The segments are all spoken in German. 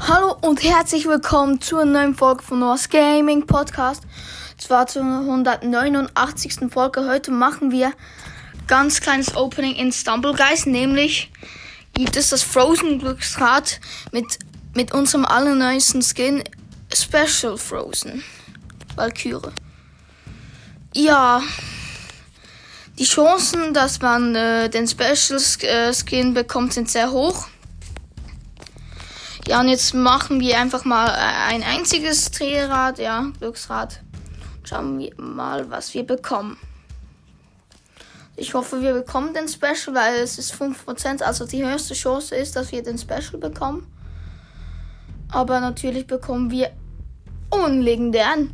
Hallo und herzlich willkommen zur neuen Folge von Noah's Gaming Podcast. Zwar zur 189. Folge. Heute machen wir ganz kleines Opening in Stumble Guys. Nämlich gibt es das Frozen Glücksrad mit unserem allerneuesten Skin Special Frozen Valkyrie. Ja, die Chancen, dass man den Special Skin bekommt, sind sehr hoch. Ja, und jetzt machen wir einfach mal ein einziges Drehrad, ja, Glücksrad. Schauen wir mal, was wir bekommen. Ich hoffe, wir bekommen den Special, weil es ist 5%, also die höchste Chance ist, dass wir den Special bekommen. Aber natürlich bekommen wir unlegendären.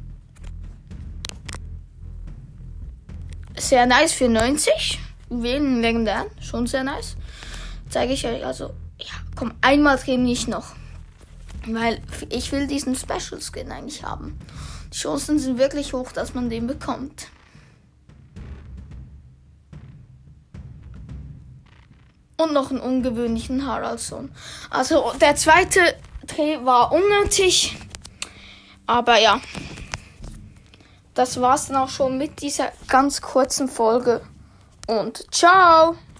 Sehr nice für 90. Wählen legendären, schon sehr nice. Zeige ich euch, also, ja, komm, einmal drehen ich noch. Weil ich will diesen Special Skin eigentlich haben. Die Chancen sind wirklich hoch, dass man den bekommt. Und noch einen ungewöhnlichen Haraldsson. Also der zweite Dreh war unnötig. Aber ja. Das war's dann auch schon mit dieser ganz kurzen Folge. Und ciao!